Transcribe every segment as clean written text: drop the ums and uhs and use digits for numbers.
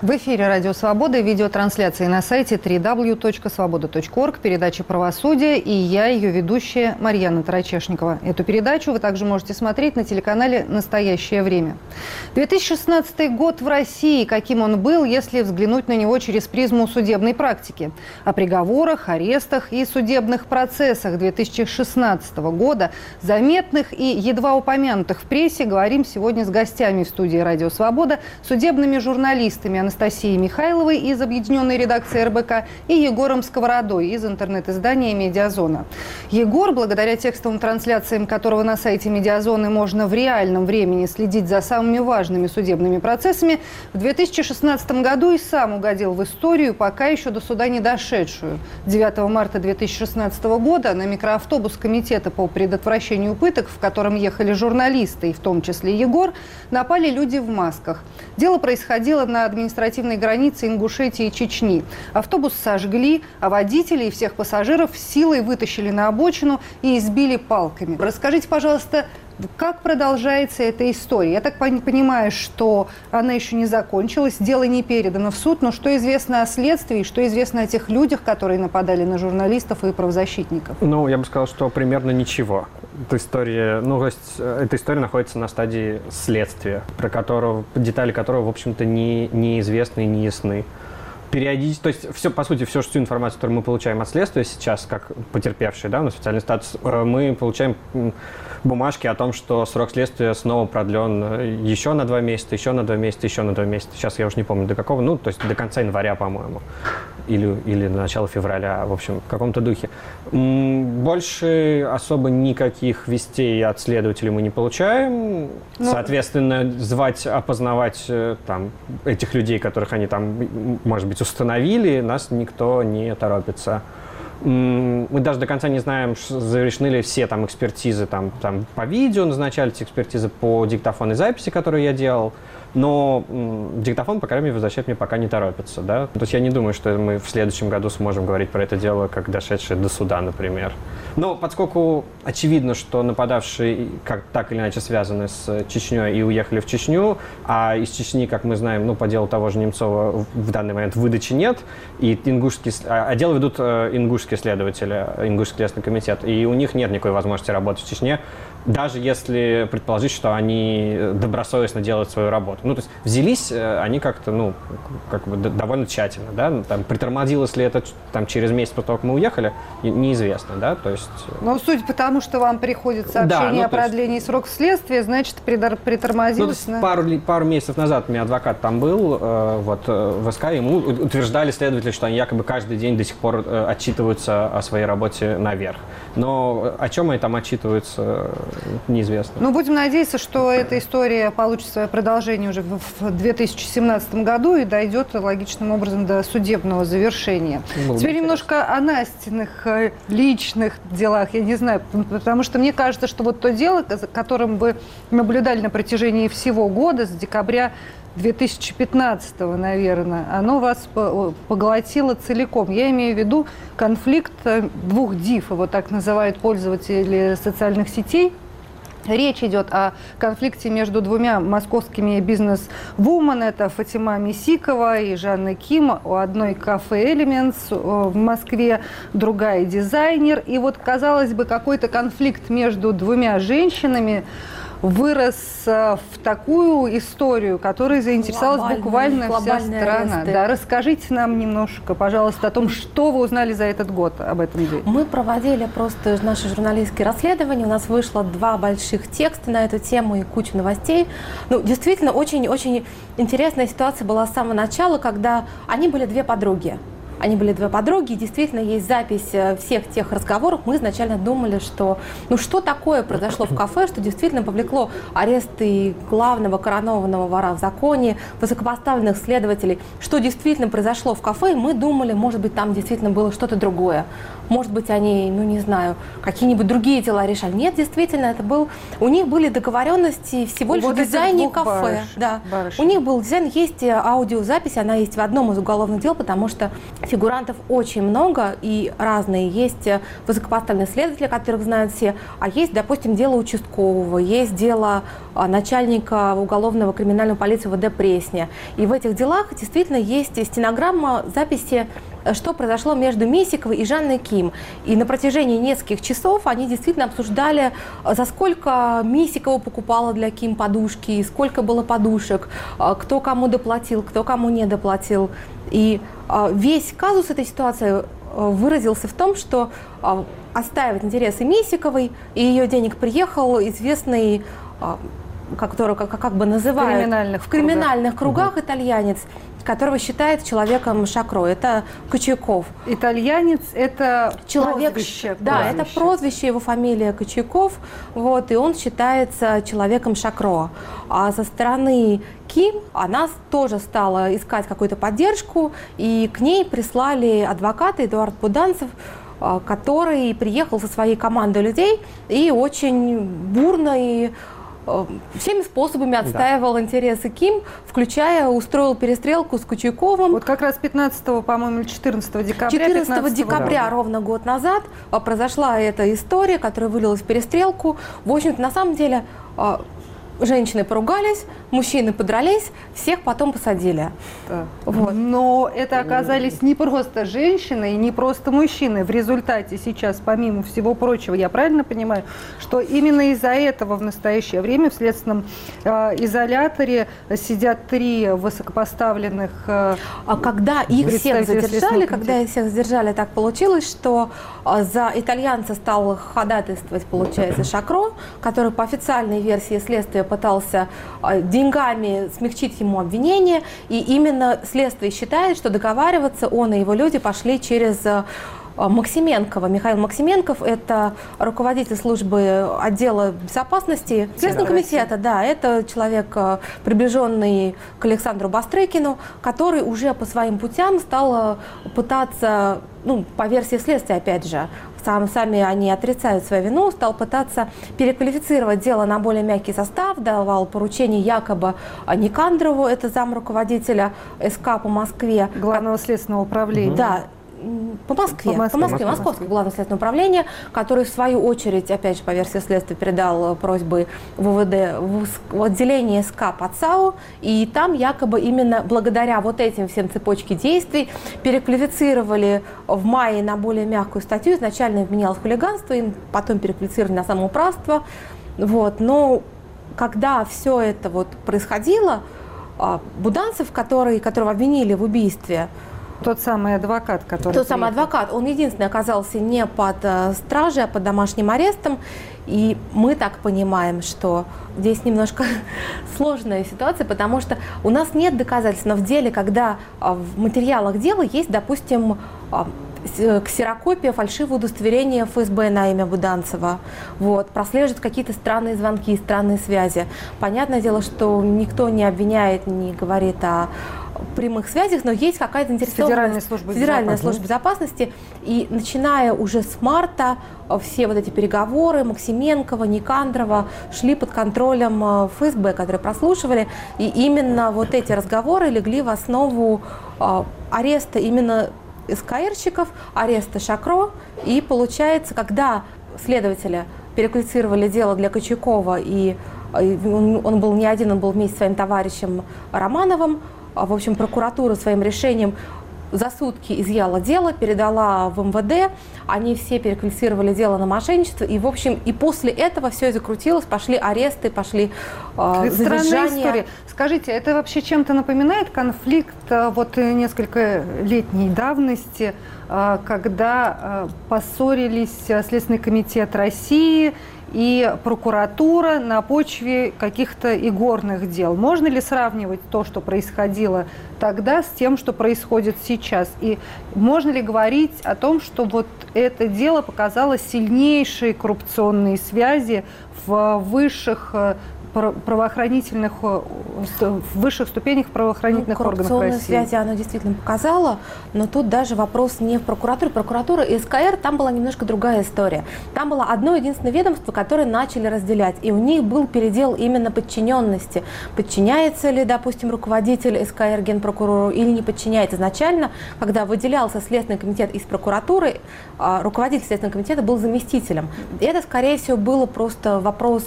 В эфире «Радио Свобода», видеотрансляции на сайте www.svoboda.org, передача «Правосудие», и я, ее ведущая Марьяна Тарачешникова. Эту передачу вы также можете смотреть на телеканале «Настоящее время». 2016 год в России, каким он был, если взглянуть на него через призму судебной практики. О приговорах, арестах и судебных процессах 2016 года, заметных и едва упомянутых в прессе, говорим сегодня с гостями в студии «Радио Свобода», судебными журналистами Анастасией Михайловой из объединенной редакции РБК и Егором Сковородой из интернет-издания «Медиазона». Егор, благодаря текстовым трансляциям которого на сайте «Медиазоны» можно в реальном времени следить за самыми важными судебными процессами, в 2016 году и сам угодил в историю, пока еще до суда не дошедшую. 9 марта 2016 года на микроавтобус Комитета по предотвращению пыток, в котором ехали журналисты, и в том числе Егор, напали люди в масках. Дело происходило на административной границе Ингушетии и Чечни. Автобус сожгли, а водителей и всех пассажиров силой вытащили на обочину и избили палками. Расскажите, пожалуйста, как продолжается эта история? Я так понимаю, что она еще не закончилась, дело не передано в суд, но что известно о следствии, что известно о тех людях, которые нападали на журналистов и правозащитников? Я бы сказал, что примерно ничего. Эта история находится на стадии следствия, детали которого, в общем-то, неизвестны и не ясны. Периодически, то есть все, по сути, всю информацию, которую мы получаем от следствия сейчас, как потерпевшие, да, у нас специальный статус, мы получаем бумажки о том, что срок следствия снова продлен еще на 2 месяца, еще на 2 месяца, еще на 2 месяца. Сейчас я уже не помню до какого, то есть до конца января, по-моему, или на начало февраля, в общем, в каком-то духе. Больше особо никаких вестей от следователей мы не получаем. Соответственно, звать, опознавать этих людей, которых они там, может быть, установили, нас никто не торопится. Мы даже до конца не знаем, завершены ли все экспертизы по видео, назначали эти экспертизы по диктофонной записи, которую я делал. Но диктофон, по крайней мере, возвращать мне пока не торопится. Да? То есть я не думаю, что мы в следующем году сможем говорить про это дело, как дошедшее до суда, например. Но поскольку очевидно, что нападавшие так или иначе связаны с Чечней и уехали в Чечню, а из Чечни, как мы знаем, по делу того же Немцова в данный момент выдачи нет, и дело ведут ингушские следователи, Ингушский следственный комитет, и у них нет никакой возможности работать в Чечне, даже если предположить, что они добросовестно делают свою работу. То есть взялись они как-то, довольно тщательно, да, притормозилось ли это через месяц после того, как мы уехали, неизвестно, да, то есть... судя по тому, что вам приходит сообщение о продлении срока следствия, значит, притормозилось... Пару месяцев назад у меня адвокат там был, в СК, ему утверждали следователи, что они якобы каждый день до сих пор отчитываются о своей работе наверх. Но о чем они там отчитываются, неизвестно. Будем надеяться, что эта история получит свое продолжение уже в 2017 году и дойдет логичным образом до судебного завершения. Теперь немножко о Настиных личных делах, я не знаю, потому что мне кажется, что то дело, которым вы наблюдали на протяжении всего года, с декабря 2015-го, наверное, оно вас поглотило целиком. Я имею в виду конфликт двух див, его так называют пользователи социальных сетей. Речь идет о конфликте между двумя московскими бизнес-вумен. Это Фатима Мисикова и Жанна Ким. У одной кафе «Элементс» в Москве, другая дизайнер. И казалось бы, какой-то конфликт между двумя женщинами вырос в такую историю, которой заинтересовалась буквально вся страна. Да, расскажите нам немножко, пожалуйста, о том, что вы узнали за этот год об этом деле. Мы проводили просто наши журналистские расследования. У нас вышло 2 больших текста на эту тему и куча новостей. Действительно, очень-очень интересная ситуация была с самого начала, когда они были 2 подруги. Они были 2 подруги, и действительно есть запись всех тех разговоров. Мы изначально думали, что что такое произошло в кафе, что действительно повлекло аресты главного коронованного вора в законе, высокопоставленных следователей, что действительно произошло в кафе, и мы думали, может быть, там действительно было что-то другое. Может быть, они, какие-нибудь другие дела решали. Нет, действительно, у них были договоренности всего лишь в дизайне кафе. Барышень. У них был дизайн, есть аудиозапись, она есть в одном из уголовных дел, потому что Фигурантов очень много и разные. Есть высокопоставленные следователи, которых знают все, а есть, допустим, дело участкового, есть дело начальника уголовного криминальной полиции ВД Пресня. И в этих делах действительно есть стенограмма записи, что произошло между Месиковой и Жанной Ким. И на протяжении нескольких часов они действительно обсуждали, за сколько Месикова покупала для Ким подушки, сколько было подушек, кто кому доплатил, кто кому не доплатил. И весь казус этой ситуации выразился в том, что отстаивать интересы Месиковой и ее денег приехал известный, который как бы называют в кругах, кругах итальянец, которого считает человеком Шакро. Это Кочайков. Итальянец – это человек, прозвище. Да, это прозвище, его фамилия Кочайков, вот, и он считается человеком Шакро. А со стороны Ким она тоже стала искать какую-то поддержку, и к ней прислали адвоката Эдуард Буданцев, который приехал со своей командой людей и очень бурно и всеми способами отстаивал интересы Ким, включая устроил перестрелку с Кочайковым. Вот как раз 15, по-моему, или 14 декабря. 14 декабря, ровно год назад, произошла эта история, которая вылилась в перестрелку. В общем-то, на самом деле, женщины поругались, мужчины подрались, всех потом посадили. Да. Вот. Но это оказались не просто женщины и не просто мужчины. В результате сейчас, помимо всего прочего, я правильно понимаю, что именно из-за этого в настоящее время в следственном изоляторе сидят 3 высокопоставленных когда их всех задержали, так получилось, что за итальянца стал ходатайствовать, получается, Шакро, который по официальной версии следствия пытался деньгами смягчить ему обвинение, и именно следствие считает, что договариваться он и его люди пошли через Максименкова. Михаил Максименков – это руководитель службы отдела безопасности Следственного комитета. Да, это человек, приближенный к Александру Бастрыкину, который уже по своим путям стал пытаться, по версии следствия, опять же, сами они отрицают свою вину, стал пытаться переквалифицировать дело на более мягкий состав, давал поручение якобы Никандрову, это замруководителя СК по Москве. Главного следственного управления. Да. По Москве, Московское главное следственное управление, которое в свою очередь, опять же, по версии следствия, передал просьбы ВВД в отделение СК под САУ, и там якобы именно благодаря вот этим всем цепочке действий переквалифицировали в мае на более мягкую статью, изначально вменялось хулиганство, и потом переквалифицировали на самоуправство, вот, но когда все это вот происходило, Буданцев, которого обвинили в убийстве, Тот самый адвокат, он единственный оказался не под стражей, а под домашним арестом. И мы так понимаем, что здесь немножко сложная ситуация, потому что у нас нет доказательств, но в деле, когда в материалах дела есть, допустим, ксерокопия фальшивого удостоверения ФСБ на имя Буданцева. Вот, прослеживают какие-то странные звонки, странные связи. Понятное дело, что никто не обвиняет, не говорит о прямых связях, но есть какая-то заинтересованность Федеральной службы безопасности. И начиная уже с марта все вот эти переговоры Максименкова, Никандрова шли под контролем ФСБ, которые прослушивали. И именно вот эти разговоры легли в основу ареста именно СКРщиков, ареста Шакро. И получается, когда следователи переквалифицировали дело для Кочайкова, и он был не один, он был вместе с своим товарищем Романовым, в общем, прокуратура своим решением за сутки изъяла дело, передала в МВД, они все переквалифицировали дело на мошенничество, и, в общем, и после этого все закрутилось, пошли аресты, пошли задержания. Странная история. Скажите, это вообще чем-то напоминает конфликт вот несколько летней давности, когда поссорились Следственный комитет России и прокуратура на почве каких-то игорных дел? Можно ли сравнивать то, что происходило тогда, с тем, что происходит сейчас? И можно ли говорить о том, что вот это дело показало сильнейшие коррупционные связи в высших правоохранительных, в высших ступенях правоохранительных органов России. Коррупционные связи она действительно показала, но тут даже вопрос не в прокуратуре. Прокуратура и СКР, там была немножко другая история. Там было одно единственное ведомство, которое начали разделять, и у них был передел именно подчиненности. Подчиняется ли, допустим, руководитель СКР генпрокурору или не подчиняется. Изначально, когда выделялся Следственный комитет из прокуратуры, руководитель Следственного комитета был заместителем. И это, скорее всего, было просто вопрос,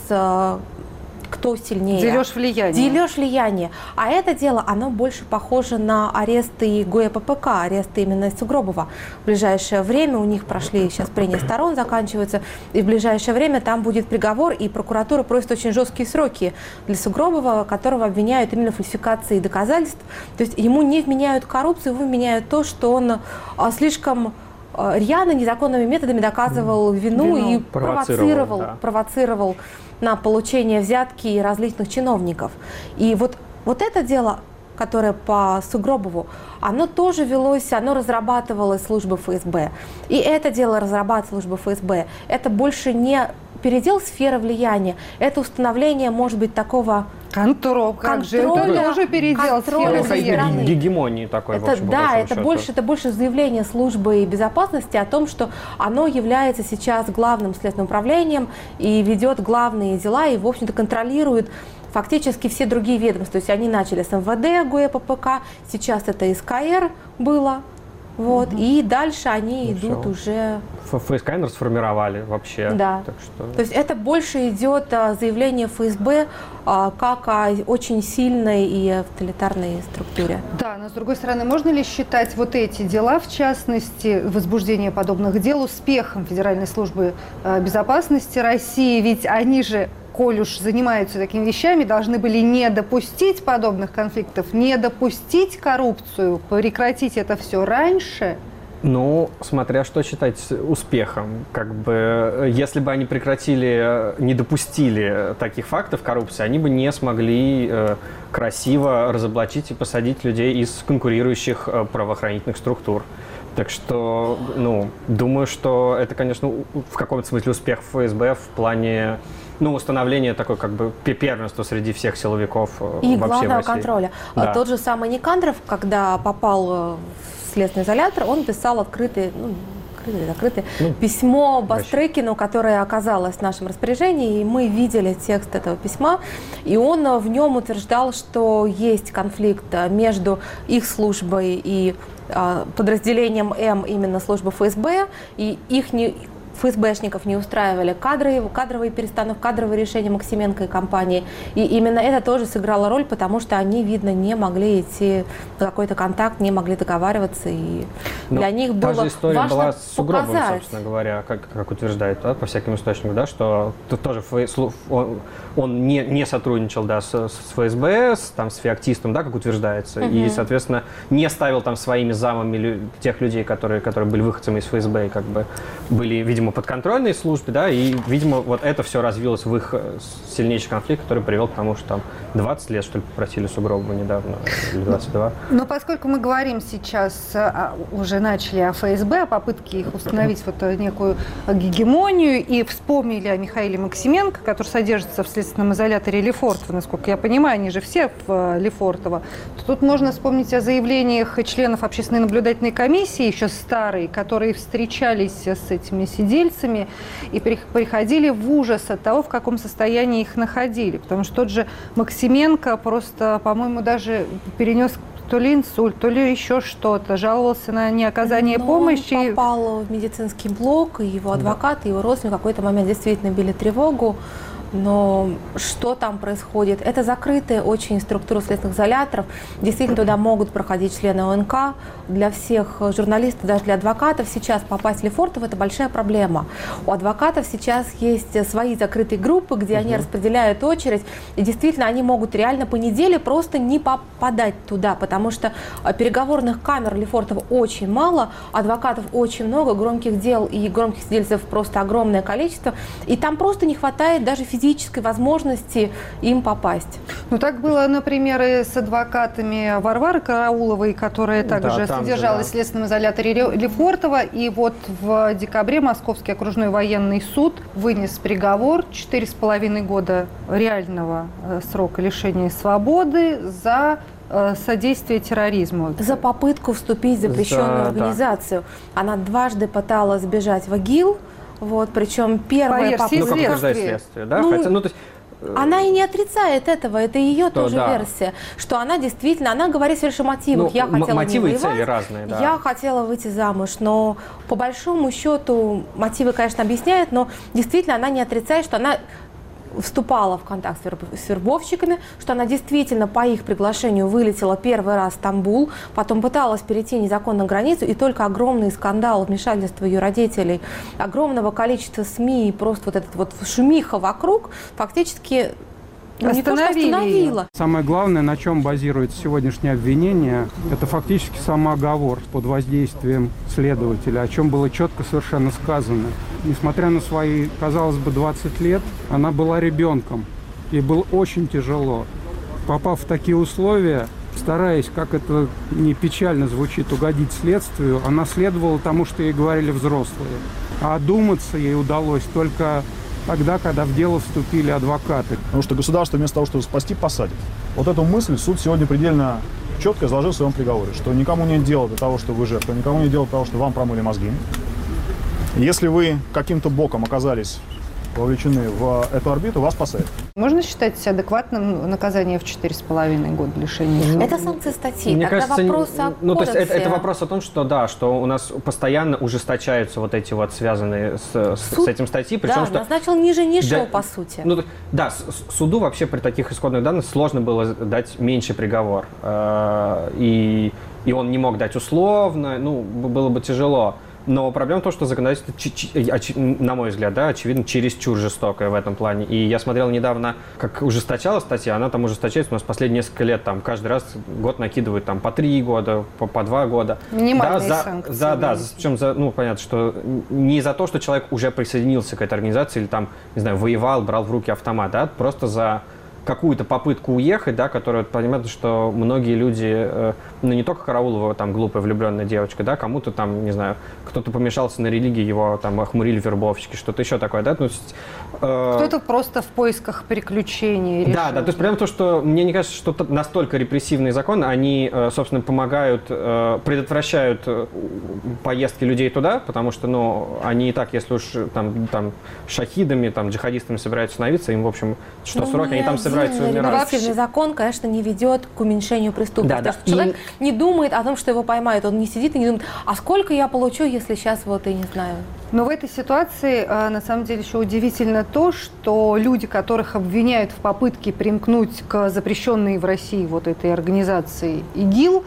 кто сильнее. Дележ влияния. Дележ влияния. А это дело, оно больше похоже на аресты ГУЭППК, аресты именно Сугробова. В ближайшее время у них прошли сейчас прения сторон, заканчиваются, и в ближайшее время там будет приговор, и прокуратура просит очень жесткие сроки для Сугробова, которого обвиняют именно в фальсификации доказательств. То есть ему не вменяют коррупцию, ему вменяют то, что он слишком рьяно, незаконными методами доказывал вину и провоцировал на получение взятки и различных чиновников. И вот это дело, которое по Сугробову, оно тоже велось, оно разрабатывалось службой ФСБ. И это дело разрабатывает служба ФСБ. Это больше не передел сферы влияния, это установление, может быть, такого контроля, это тоже передел сферы влияния. Гегемонии такой, это, да, это больше заявление службы безопасности о том, что оно является сейчас главным следственным управлением и ведет главные дела, и, в общем-то, контролирует фактически все другие ведомства. То есть они начали с МВД, ГУЭППК, сейчас это СКР было. Вот, и дальше они идут уже... ФСК сформировали вообще. Да. Так что... То есть это больше идет заявление ФСБ как о очень сильной и авторитарной структуре. Да, но с другой стороны, можно ли считать вот эти дела, в частности, возбуждение подобных дел, успехом Федеральной службы безопасности России? Ведь они же, коль уж занимаются такими вещами, должны были не допустить подобных конфликтов, не допустить коррупцию, прекратить это все раньше. Ну, смотря что считать успехом. Как бы, если бы они прекратили, не допустили таких фактов коррупции, они бы не смогли красиво разоблачить и посадить людей из конкурирующих правоохранительных структур. Так что, думаю, что это, конечно, в каком-то смысле успех ФСБ в плане установления такой как бы первенства среди всех силовиков и вообще в России. И главного контроля. Да. Тот же самый Никандров, когда попал в следственный изолятор, он писал открытый письмо Бастрыкину, которое оказалось в нашем распоряжении, и мы видели текст этого письма, и он в нем утверждал, что есть конфликт между их службой и подразделением М, именно службы ФСБ, и их ФСБшников не устраивали кадровые перестановки, кадровые решения Максименко и компании. И именно это тоже сыграло роль, потому что они, видно, не могли идти на какой-то контакт, не могли договариваться. И для них было важно показать. Та же история была с Сугробовым, собственно говоря, как утверждает, по всяким источникам, да, что тут тоже он не сотрудничал, да, с ФСБ, с феоктистом, да, как утверждается, и, соответственно, не ставил там своими замами тех людей, которые были выходцами из ФСБ и как бы были, видимо, подконтрольной службе, да, и, видимо, вот это все развилось в их сильнейший конфликт, который привел к тому, что там 20 лет, что ли, попросили Сугробова недавно, или 22. Но поскольку мы говорим сейчас, уже начали о ФСБ, о попытке их установить вот некую гегемонию, и вспомнили о Михаиле Максименко, который содержится в следственном изоляторе Лефортово, насколько я понимаю, они же все в Лефортово, то тут можно вспомнить о заявлениях членов общественной наблюдательной комиссии, еще старой, которые встречались с этими сидельцами и приходили в ужас от того, в каком состоянии их находили. Потому что тот же Максименко просто, по-моему, даже перенес то ли инсульт, то ли еще что-то, жаловался на неоказание помощи. Он попал в медицинский блок, и его адвокат, и его родственники в какой-то момент действительно били тревогу. Но что там происходит? Это закрытая очень структура следственных изоляторов. Действительно, туда могут проходить члены ОНК. Для всех журналистов, даже для адвокатов сейчас попасть в Лефортово – это большая проблема. У адвокатов сейчас есть свои закрытые группы, где они распределяют очередь. И действительно, они могут реально по неделе просто не попадать туда, потому что переговорных камер Лефортово очень мало, адвокатов очень много, громких дел и громких свидетельств просто огромное количество. И там просто не хватает даже физически физической возможности им попасть. Ну, так было, например, и с адвокатами Варвары Карауловой, которая также содержалась в следственном изоляторе Лефортово. И вот в декабре Московский окружной военный суд вынес приговор 4,5 года реального срока лишения свободы за содействие терроризму. За попытку вступить в запрещенную организацию. Да. Она дважды пыталась сбежать в ИГИЛ, вот, причем первая попытка... как утверждает следствие, да? Она и не отрицает этого, это ее тоже версия, что она действительно, она говорит лишь о мотивах. Я хотела мотивы и цели разные, да. Я хотела выйти замуж, но по большому счету мотивы, конечно, объясняют, но действительно она не отрицает, что она вступала в контакт с вербовщиками, что она действительно по их приглашению вылетела первый раз в Стамбул, потом пыталась перейти незаконно границу, и только огромный скандал, вмешательство ее родителей, огромного количества СМИ и просто вот этот вот шумиха вокруг фактически не то, что остановила. Самое главное, на чем базируется сегодняшнее обвинение, это фактически самооговор под воздействием следователя, о чем было четко совершенно сказано. Несмотря на свои, казалось бы, 20 лет, она была ребенком. Ей было очень тяжело. Попав в такие условия, стараясь, как это не печально звучит, угодить следствию, она следовала тому, что ей говорили взрослые. А одуматься ей удалось только тогда, когда в дело вступили адвокаты. Потому что государство вместо того, чтобы спасти, посадит. Вот эту мысль суд сегодня предельно четко изложил в своем приговоре, что никому нет дела до того, что вы жертва, никому нет дела до того, что вам промыли мозги. Если вы каким-то боком оказались вовлечены в эту орбиту, вас спасает. Можно считать адекватным наказание в 4,5 года лишения свободы? Это санкции статьи. Мне Тогда кажется, вопрос о кодексе. То есть это вопрос о том, что да, что у нас постоянно ужесточаются вот эти вот связанные с этим статьи. Причем, что назначил ниже низшего, по сути. Суду вообще при таких исходных данных сложно было дать меньший приговор. И он не мог дать условно, было бы тяжело. Но проблема в том, что законодательство, на мой взгляд, очевидно, чересчур жестокое в этом плане. И я смотрел недавно, как ужесточалась статья, она там ужесточается у нас последние несколько лет, там каждый раз год накидывают там по 3 года, по 2 года. Минимальные санкции. Причем понятно, что не за то, что человек уже присоединился к этой организации или там, не знаю, воевал, брал в руки автомат, просто за какую-то попытку уехать, которая, понятно, что многие люди, не только Караулова, там, глупая влюбленная девочка, кому-то там, не знаю, кто-то помешался на религии, его там охмурили вербовщики, что-то еще такое, кто-то просто в поисках приключений решил. То есть прямо то, что мне не кажется, что настолько репрессивные законы, они, собственно, помогают, предотвращают поездки людей туда, потому что, они и так, если уж там шахидами, там, джихадистами собираются становиться, им, в общем, что сроки, они там собираются умирать. Репрессивный закон, конечно, не ведет к уменьшению преступности. Потому что человек не думает о том, что его поймают. Он не сидит и не думает, а сколько я получу, если сейчас я не знаю. Но в этой ситуации, на самом деле, еще удивительно то, что люди, которых обвиняют в попытке примкнуть к запрещенной в России вот этой организации ИГИЛ,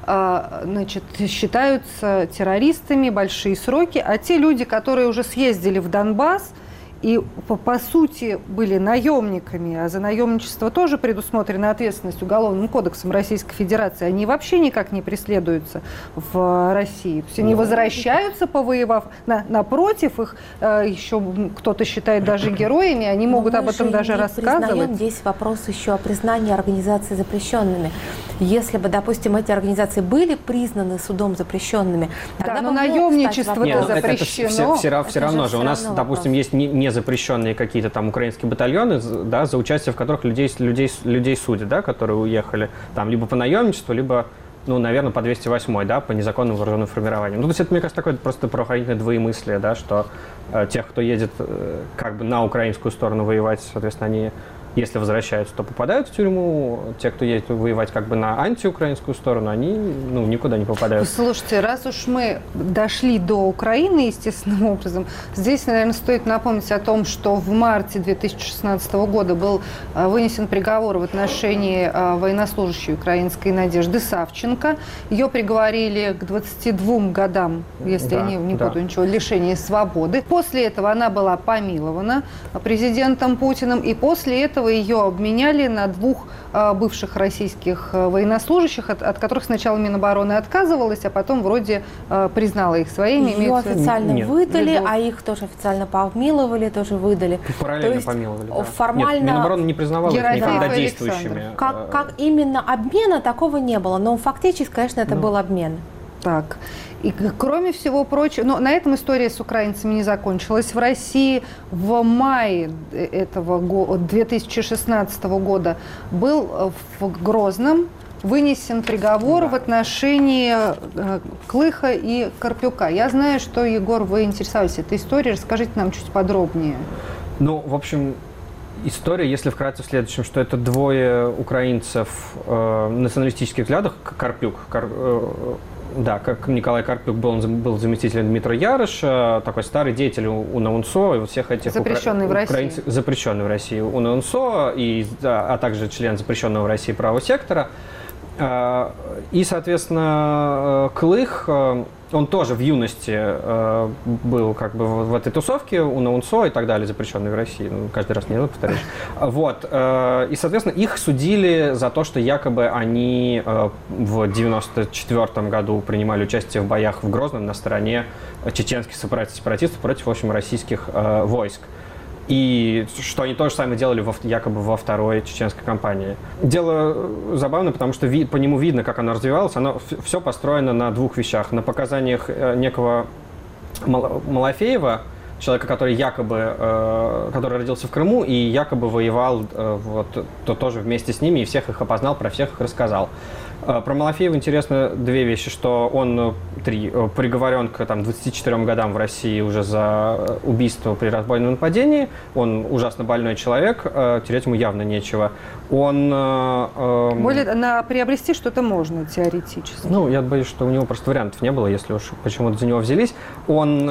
считаются террористами, большие сроки, а те люди, которые уже съездили в Донбасс, и, по сути, были наемниками, а за наемничество тоже предусмотрена ответственность Уголовным кодексом Российской Федерации, они вообще никак не преследуются в России. То есть они возвращаются, повоевав, напротив, их еще кто-то считает даже героями, они могут об этом даже рассказывать. Здесь вопрос еще о признании организаций запрещенными. Если бы, допустим, эти организации были признаны судом запрещенными, тогда но наемничество-то запрещено. Все равно же. У нас, допустим, есть не запрещенные какие-то там украинские батальоны, за участие в которых людей судят, которые уехали там либо по наемничеству, либо, наверное, по 208, по незаконным вооруженным формированиям. То есть это, мне кажется, такое просто правоохранительное двоемыслие, что тех, кто едет как бы на украинскую сторону воевать, соответственно, они, если возвращаются, то попадают в тюрьму. Те, кто едет воевать как бы на антиукраинскую сторону, они никуда не попадают. Слушайте, раз уж мы дошли до Украины естественным образом, здесь, наверное, стоит напомнить о том, что в марте 2016 года был вынесен приговор в отношении военнослужащей украинской Надежды Савченко. Ее приговорили к 22 годам, если я не путаю ничего, лишения свободы. После этого она была помилована президентом Путиным, и после этого этого ее обменяли на 2 бывших российских военнослужащих, от которых сначала Минобороны отказывалась, а потом вроде признала их своими. Ее официально Нет. выдали, а их тоже официально помиловали, тоже выдали. Параллельно То есть помиловали. Да. формально Нет, Минобороны не признавала их Ерофеев никогда и действующими. как именно обмена такого не было, но фактически, конечно, это был обмен. Так. И кроме всего прочего, но на этом история с украинцами не закончилась. В России в мае этого 2016 года был в Грозном вынесен приговор в отношении Клыха и Карпюка. Я знаю, что, Егор, вы интересовались этой историей. Расскажите нам чуть подробнее. Ну, в общем, история, если вкратце, в следующем, что это 2 украинцев националистических взглядов, Карпюк, да, как Николай Карпюк был заместителем Дмитрия Ярыша, такой старый деятель УНАУНСО, и вот всех этих запрещенный в России. Запрещенный в России УНАУНСО, а также член запрещенного в России правого сектора. И, соответственно, Клых, он тоже в юности был как бы в этой тусовке, УНАУНСО и так далее, запрещенный в России. Ну, каждый раз не надо повторять. Вот. И, соответственно, их судили за то, что якобы они в 1994 году принимали участие в боях в Грозном на стороне чеченских сепаратистов против, в общем, российских войск. И что они то же самое делали якобы во второй чеченской кампании. Дело забавно, потому что по нему видно, как оно развивалось. Оно все построено на 2 вещах. На показаниях некого Малафеева, человека, который который родился в Крыму и якобы воевал то тоже вместе с ними, и всех их опознал, про всех их рассказал. Про Малафеева интересно 2 вещи, что он приговорен к 24 годам в России уже за убийство при разбойном нападении. Он ужасно больной человек, терять ему явно нечего. Он... Приобрести что-то можно теоретически. Ну, я боюсь, что у него просто вариантов не было, если уж почему-то за него взялись. Он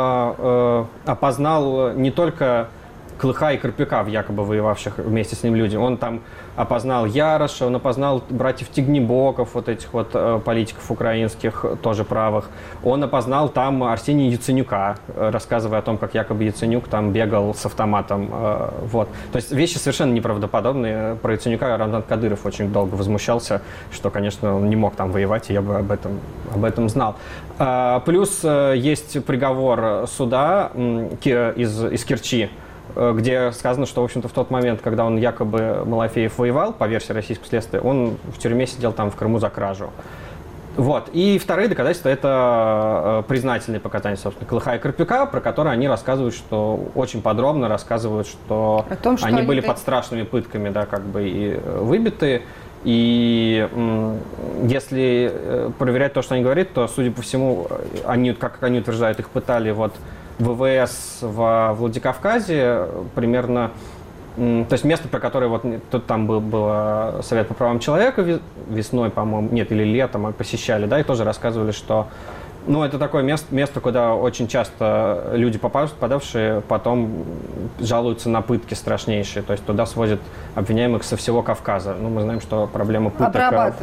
опознал не только Клыха и Карпюка, якобы воевавших вместе с ним люди. Он там опознал Яроша, он опознал братьев Тигнебоков, вот этих вот политиков украинских, тоже правых. Он опознал там Арсения Яценюка, рассказывая о том, как якобы Яценюк там бегал с автоматом. Вот. То есть вещи совершенно неправдоподобные. Про Яценюка Рамзан Кадыров очень долго возмущался, что, конечно, он не мог там воевать, и я бы об этом знал. Плюс есть приговор суда из Керчи, где сказано, что, в общем-то, в тот момент, когда он якобы, Малафеев, воевал, по версии российского следствия, он в тюрьме сидел там в Крыму за кражу. Вот. И вторые доказательства – это признательные показания, собственно, Клыха и Карпюка, про которые они рассказывают, что очень подробно рассказывают, что они были под страшными пытками, да, как бы и выбиты. И если проверять то, что они говорят, то, судя по всему, как они утверждают, их пытали вот ВВС во Владикавказе примерно, то есть место, про которое вот тут там был Совет по правам человека весной, по-моему, нет, или летом посещали, да, и тоже рассказывали, что, ну, это такое место, куда очень часто люди, попадавшие, потом жалуются на пытки страшнейшие, то есть туда свозят обвиняемых со всего Кавказа. Ну, мы знаем, что проблема пыток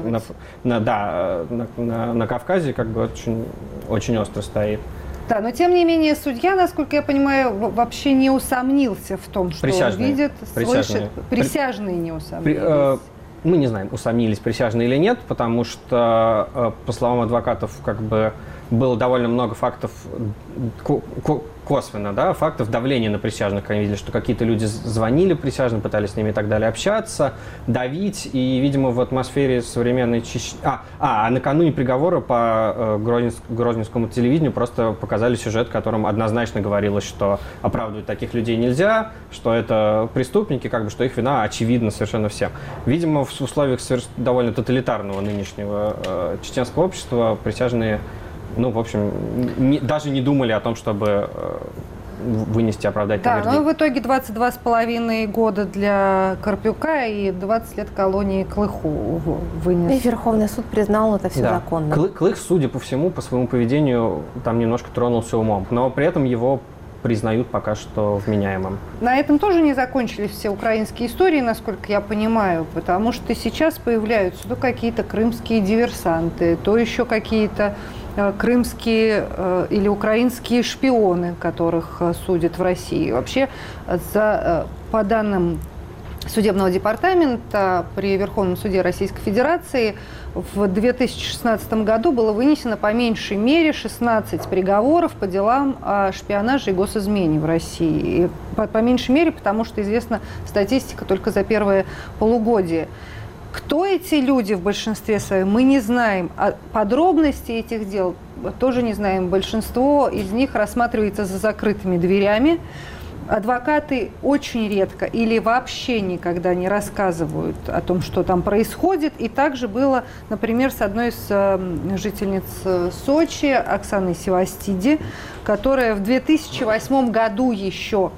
на Кавказе как бы очень, очень остро стоит. Да, но тем не менее судья, насколько я понимаю, вообще не усомнился в том, что он видит, слышит. Присяжные не усомнились. Мы не знаем, усомнились присяжные или нет, потому что, по словам адвокатов, как бы было довольно много фактов косвенно, да, фактов давления на присяжных. Они видели, что какие-то люди звонили присяжным, пытались с ними и так далее общаться, давить. И, видимо, в атмосфере современной Чечни... накануне приговора по грозненскому телевидению просто показали сюжет, в котором однозначно говорилось, что оправдывать таких людей нельзя, что это преступники, как бы, что их вина очевидна совершенно всем. Видимо, в условиях довольно тоталитарного нынешнего чеченского общества присяжные, ну, в общем, даже не думали о том, чтобы вынести оправдательный вердикт. Да, но в итоге 22,5 года для Карпюка и 20 лет колонии Клыху вынес. И Верховный суд признал это все законно. Клых, судя по всему, по своему поведению, там немножко тронулся умом, но при этом его признают пока что вменяемым. На этом тоже не закончились все украинские истории, насколько я понимаю, потому что сейчас появляются то какие-то крымские диверсанты, то еще какие-то крымские или украинские шпионы, которых судят в России. Вообще, по данным судебного департамента при Верховном суде Российской Федерации в 2016 году было вынесено по меньшей мере 16 приговоров по делам о шпионаже и госизмене в России. И по меньшей мере, потому что известна статистика только за первое полугодие. Кто эти люди в большинстве своем, мы не знаем. А подробности этих дел тоже не знаем. Большинство из них рассматривается за закрытыми дверями. Адвокаты очень редко или вообще никогда не рассказывают о том, что там происходит. И также было, например, с одной из жительниц Сочи, Оксаной Севастиди, которая в 2008 году еще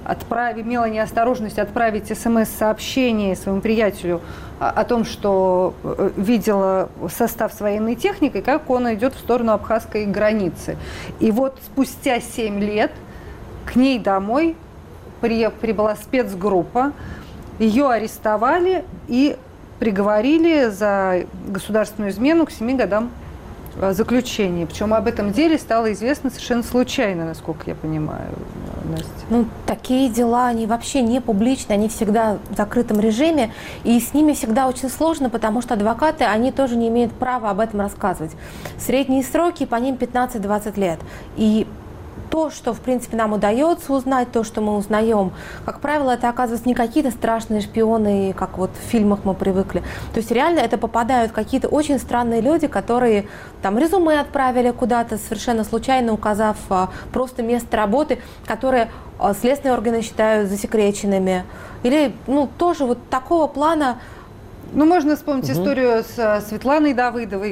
имела неосторожность отправить СМС-сообщение своему приятелю о том, что видела состав с военной техникой, как он идет в сторону абхазской границы. И вот спустя 7 лет к ней домой прибыла спецгруппа, ее арестовали и приговорили за государственную измену к 7 годам заключения. Причем об этом деле стало известно совершенно случайно, насколько я понимаю, Настя. Ну, такие дела, они вообще не публичны, они всегда в закрытом режиме, и с ними всегда очень сложно, потому что адвокаты, они тоже не имеют права об этом рассказывать. Средние сроки по ним 15-20 лет. И то, что, в принципе, нам удается узнать, то, что мы узнаем, как правило, это оказывается не какие-то страшные шпионы, как вот в фильмах мы привыкли. То есть реально это попадают какие-то очень странные люди, которые там резюме отправили куда-то, совершенно случайно указав просто место работы, которые следственные органы считают засекреченными. Или, ну, тоже вот такого плана. Ну, можно вспомнить историю с Светланой Давыдовой,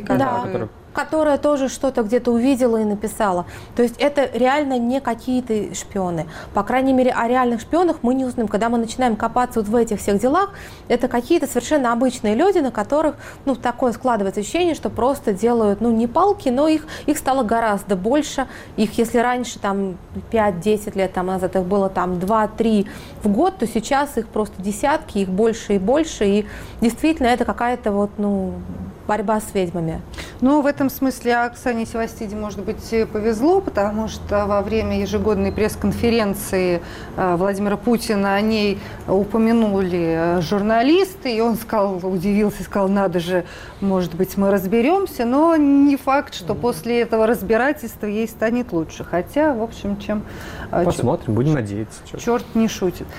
которая тоже что-то где-то увидела и написала. То есть это реально не какие-то шпионы. По крайней мере, о реальных шпионах мы не узнаем. Когда мы начинаем копаться вот в этих всех делах, это какие-то совершенно обычные люди, на которых, ну, такое складывается ощущение, что просто делают, ну, не палки, но их стало гораздо больше. Их, если раньше, там, 5-10 лет там назад их было там 2-3 в год, то сейчас их просто десятки, их больше и больше. И действительно, это какая-то вот, ну, борьба с ведьмами. Ну, в этом смысле Оксане Севастиди, может быть, повезло, потому что во время ежегодной пресс-конференции Владимира Путина о ней упомянули журналисты, и он сказал, удивился, сказал, надо же, может быть, мы разберемся, но не факт, что после этого разбирательства ей станет лучше. Хотя, в общем, чем... Посмотрим, будем надеяться. Черт не шутит.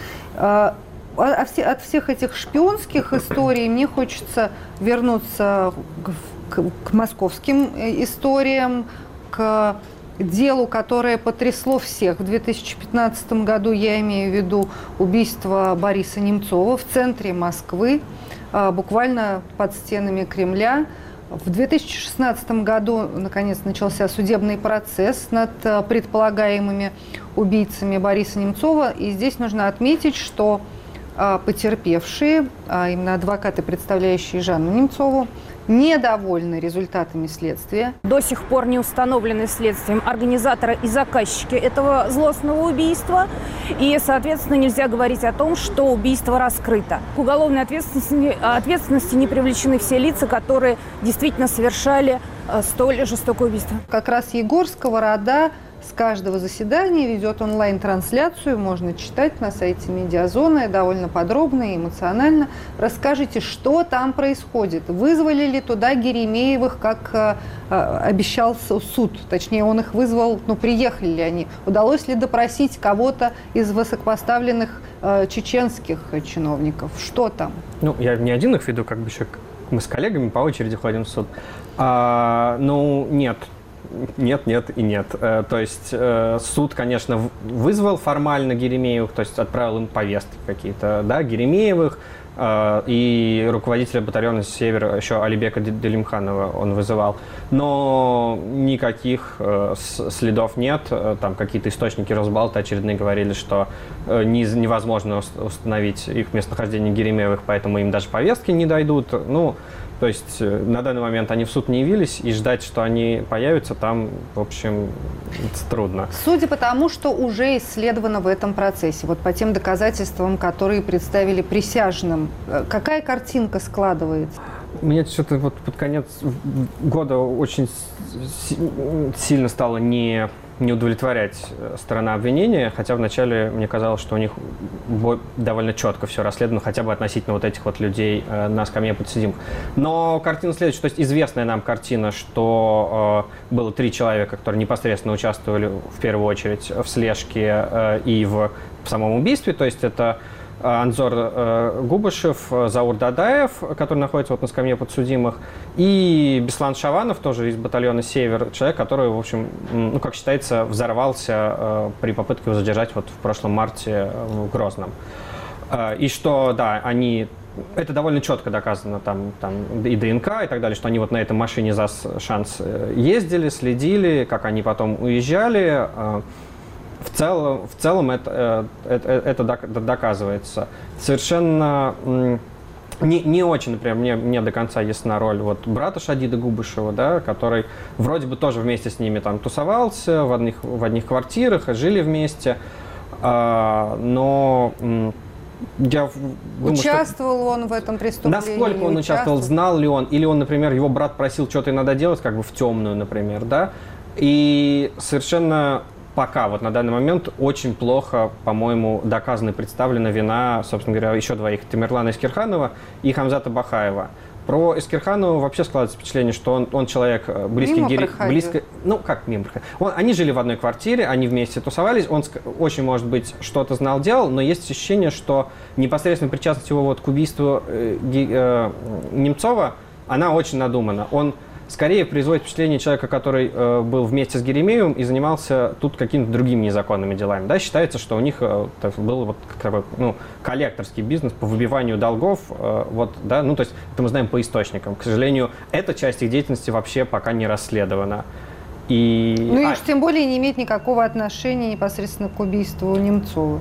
От всех этих шпионских историй мне хочется вернуться к московским историям, к делу, которое потрясло всех. В 2015 году, я имею в виду убийство Бориса Немцова в центре Москвы, буквально под стенами Кремля. В 2016 году, наконец, начался судебный процесс над предполагаемыми убийцами Бориса Немцова. И здесь нужно отметить, что потерпевшие, именно адвокаты, представляющие Жанну Немцову, недовольны результатами следствия. До сих пор не установлены следствием организаторы и заказчики этого злостного убийства. И, соответственно, нельзя говорить о том, что убийство раскрыто. К уголовной ответственности не привлечены все лица, которые действительно совершали столь жестокое убийство. Как раз Егор Сковорода с каждого заседания ведет онлайн-трансляцию, можно читать на сайте Медиазоны, довольно подробно и эмоционально. Расскажите, что там происходит? Вызвали ли туда Еремеевых, как обещал суд? Точнее, он их вызвал, но приехали ли они? Удалось ли допросить кого-то из высокопоставленных чеченских чиновников? Что там? Ну, я не один их веду, как бы еще мы с коллегами по очереди ходим в суд. Ну, нет. Нет и нет. То есть суд, конечно, вызвал формально Еремеевых, то есть отправил им повестки какие-то, да, Еремеевых и руководителя батальона «Север» еще Алибека Делимханова он вызывал. Но никаких следов нет. Там какие-то источники Росбалта очередные говорили, что невозможно установить их местонахождение Еремеевых, поэтому им даже повестки не дойдут. Ну, то есть на данный момент они в суд не явились, и ждать, что они появятся там, в общем, трудно. Судя по тому, что уже исследовано в этом процессе, вот по тем доказательствам, которые представили присяжным, какая картинка складывается? Мне что-то вот под конец года очень сильно стало не удовлетворять сторона обвинения, хотя вначале мне казалось, что у них довольно четко все расследовано, хотя бы относительно вот этих вот людей на скамье подсудимых. Но картина следующая, то есть известная нам картина, что было 3 человека, которые непосредственно участвовали в первую очередь в слежке и в самом убийстве, то есть это Анзор Губышев, Заур Дадаев, который находится вот на скамье подсудимых, и Беслан Шаванов, тоже из батальона «Север», человек, который, в общем, ну, как считается, взорвался при попытке его задержать вот в прошлом марте в Грозном. И что, да, это довольно четко доказано, там и ДНК, и так далее, что они вот на этой машине ЗАЗ-Шанс ездили, следили, как они потом уезжали. В целом это доказывается. Совершенно не очень, например, мне до конца ясна роль вот брата Шадида Губышева, да, который вроде бы тоже вместе с ними там тусовался в одних квартирах, жили вместе, но я думаю, участвовал он в этом преступлении? Насколько он участвовал, знал ли он, или он, например, его брат просил, что-то иногда делать, как бы в темную, например, да, и совершенно пока, вот на данный момент, очень плохо, по-моему, доказана и представлена вина, собственно говоря, еще 2: Тамерлана Эскирханова и Хамзата Бахаева. Про Эскирханова вообще складывается впечатление, что он человек близкий к мимо проходил. Они жили в одной квартире, они вместе тусовались, он очень, может быть, что-то знал, делал, но есть ощущение, что непосредственно причастность его вот к убийству Немцова, она очень надумана. Он скорее производит впечатление человека, который был вместе с Геремеевым и занимался тут какими-то другими незаконными делами. Да, считается, что у них был вот, коллекторский бизнес по выбиванию долгов. Вот, да, то есть это мы знаем по источникам. К сожалению, эта часть их деятельности вообще пока не расследована. И уж тем более не имеет никакого отношения непосредственно к убийству Немцова.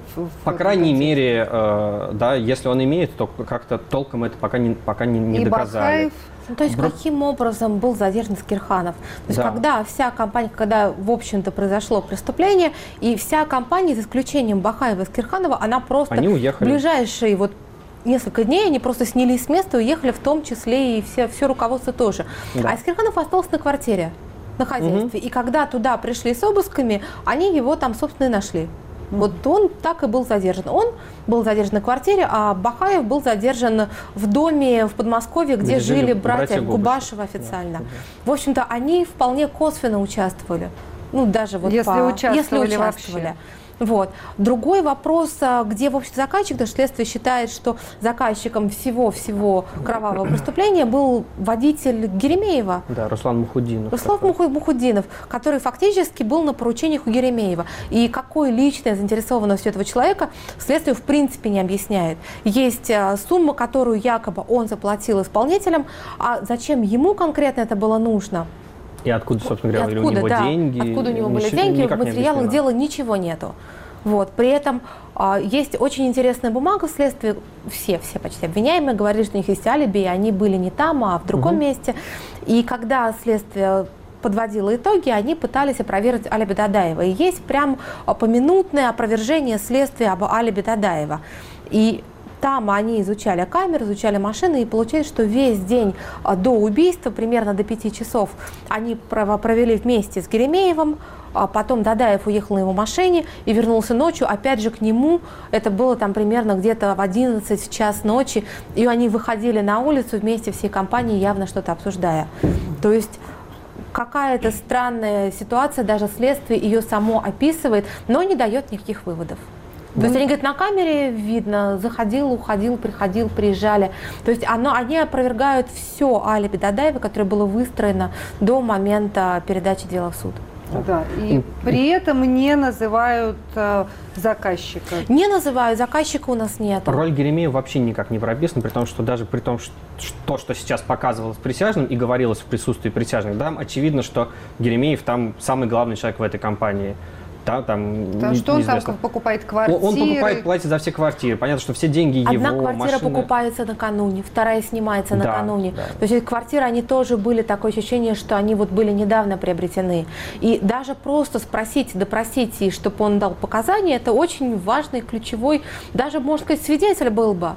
По крайней мере, да, если он имеет, то как-то толком это пока не доказали. Бахаев. То есть каким образом был задержан Эскирханов? То есть когда вся компания, когда, в общем-то, произошло преступление, и вся компания, за исключением Бахаева и Эскирханова, она просто они уехали. Ближайшие несколько дней они просто снялись с места и уехали, в том числе и все руководство тоже. Да. А Эскирханов остался на квартире, на хозяйстве. И когда туда пришли с обысками, они его там, собственно, и нашли. Вот он так и был задержан. Он был задержан на квартире, а Бахаев был задержан в доме в Подмосковье, где жили братья Губашева официально. Да. В общем-то, они вполне косвенно участвовали. Даже вот если участвовали. Вот. Другой вопрос, где, в общем, заказчик, потому что следствие считает, что заказчиком всего кровавого преступления был водитель Геремеева. Да, Руслан Мухуддинов. Мухуддинов, который фактически был на поручениях у Геремеева. И какой личная заинтересованность этого человека следствие в принципе не объясняет. Есть сумма, которую якобы он заплатил исполнителям, а зачем ему конкретно это было нужно? И откуда, собственно говоря, у него деньги? Откуда у него были деньги, в материалах дела ничего нету. Вот. При этом есть очень интересная бумага в следствии. Все почти обвиняемые говорили, что у них есть алиби, и они были не там, а в другом месте. И когда следствие подводило итоги, они пытались опровергнуть алиби Дадаева. И есть прям поминутное опровержение следствия об алиби Дадаева. И там они изучали камеры, изучали машины, и получилось, что весь день до убийства, примерно до 5 часов, они провели вместе с Геремеевым, потом Дадаев уехал на его машине и вернулся ночью, опять же к нему, это было там примерно где-то в 11 в час ночи, и они выходили на улицу вместе всей компанией, явно что-то обсуждая. То есть какая-то странная ситуация, даже следствие ее само описывает, но не дает никаких выводов. То есть они говорят, на камере видно, заходил, уходил, приходил, приезжали. То есть они опровергают все алиби Дадаева, которое было выстроено до момента передачи дела в суд. Да, и при этом не называют заказчика. Не называют, заказчика у нас нет. Роль Геремеева вообще никак не прописана, при том, что даже при том, что сейчас показывалось присяжным и говорилось в присутствии присяжных, да, очевидно, что Геремеев там самый главный человек в этой компании. Да, там что он там покупает квартиры? Он покупает, платит за все квартиры. Понятно, что все деньги его, Одна квартира машины... покупается накануне, вторая снимается накануне. Да. То есть эти квартиры, они тоже были, такое ощущение, что они вот были недавно приобретены. И даже просто спросить, допросить, и чтобы он дал показания, это очень важный, ключевой, даже, можно сказать, свидетель был бы.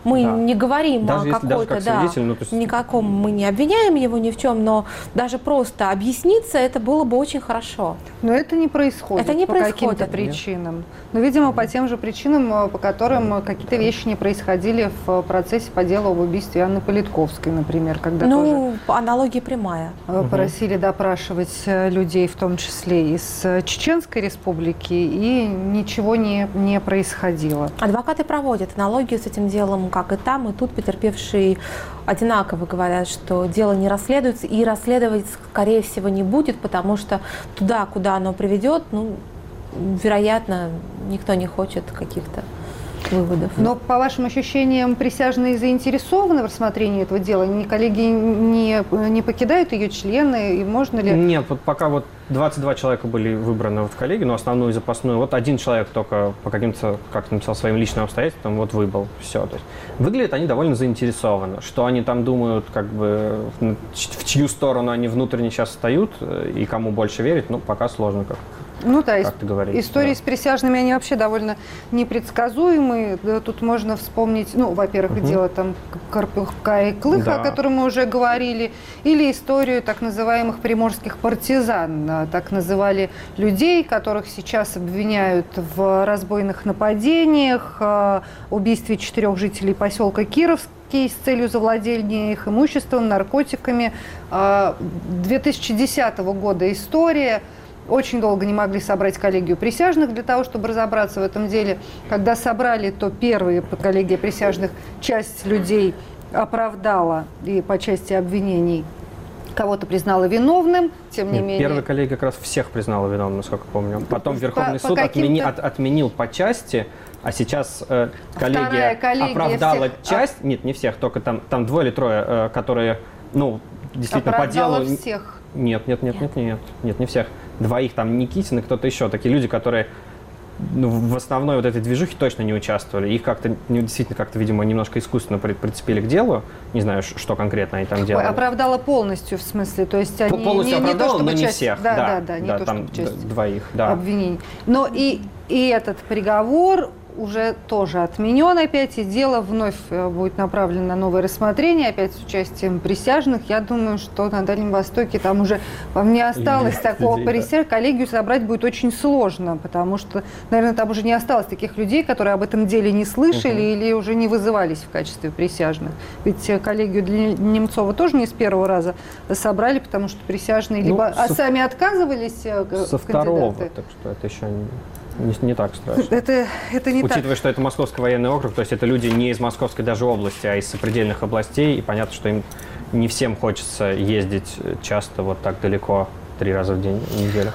Мы не говорим даже о какой-то, никаком, мы не обвиняем его ни в чем, но даже просто объясниться, это было бы очень хорошо. Но это не происходит по каким-то причинам. Но, видимо, по тем же причинам, по которым какие-то вещи не происходили в процессе по делу об убийстве Анны Политковской, например, когда тоже аналогия прямая. Просили допрашивать людей, в том числе из Чеченской Республики, и ничего не происходило. Адвокаты проводят аналогию с этим делом, как и там, и тут потерпевшие одинаково говорят, что дело не расследуется, и расследовать, скорее всего, не будет, потому что туда, куда оно приведет, вероятно, никто не хочет каких-то выводов. Но, по вашим ощущениям, присяжные заинтересованы в рассмотрении этого дела? Коллеги не покидают ее члены? И можно ли... Нет, пока 22 человека были выбраны в коллегию, но основную и запасную. Один человек только по каким-то, как написал, своим личным обстоятельствам, выбыл. Все. То есть выглядят они довольно заинтересованно. Что они там думают, в чью сторону они внутренне сейчас встают и кому больше верить, пока сложно как. Истории с присяжными, они вообще довольно непредсказуемые. Тут можно вспомнить, во-первых, дело Карпюха и Клыха, о котором мы уже говорили, или историю так называемых приморских партизан. Так называли людей, которых сейчас обвиняют в разбойных нападениях, убийстве 4 жителей поселка Кировский с целью завладения их имуществом, наркотиками. 2010 года история. Очень долго не могли собрать коллегию присяжных для того, чтобы разобраться в этом деле. Когда собрали, то первая коллегия присяжных часть людей оправдала и по части обвинений кого-то признала виновным, тем не менее... Первая коллегия как раз всех признала виновным, насколько помню. Потом Верховный суд отменил по части, а сейчас коллегия оправдала часть, нет, не всех, только там 2 или 3, которые, действительно по делу... Оправдала всех. Нет, не всех. 2 там Никитин и кто-то еще. Такие люди, которые в основной этой движухе точно не участвовали. Их действительно, видимо, немножко искусственно прицепили к делу. Не знаю, что конкретно они там делали. Оправдала полностью, в смысле. То есть они полностью оправдала, но не всех. Да, не то, там чтобы часть 2 обвинений. Но и этот приговор уже тоже отменен опять, и дело вновь будет направлено на новое рассмотрение, опять с участием присяжных. Я думаю, что на Дальнем Востоке там уже не осталось такого присяжных. Коллегию собрать будет очень сложно, потому что, наверное, там уже не осталось таких людей, которые об этом деле не слышали или уже не вызывались в качестве присяжных. Ведь коллегию для Немцова тоже не с первого раза собрали, потому что присяжные либо сами отказывались со второго, так что это еще не так страшно. Это не Учитывая, что это Московский военный округ, то есть это люди не из Московской даже области, а из сопредельных областей, и понятно, что им не всем хочется ездить часто так далеко 3 раза в день, в неделю.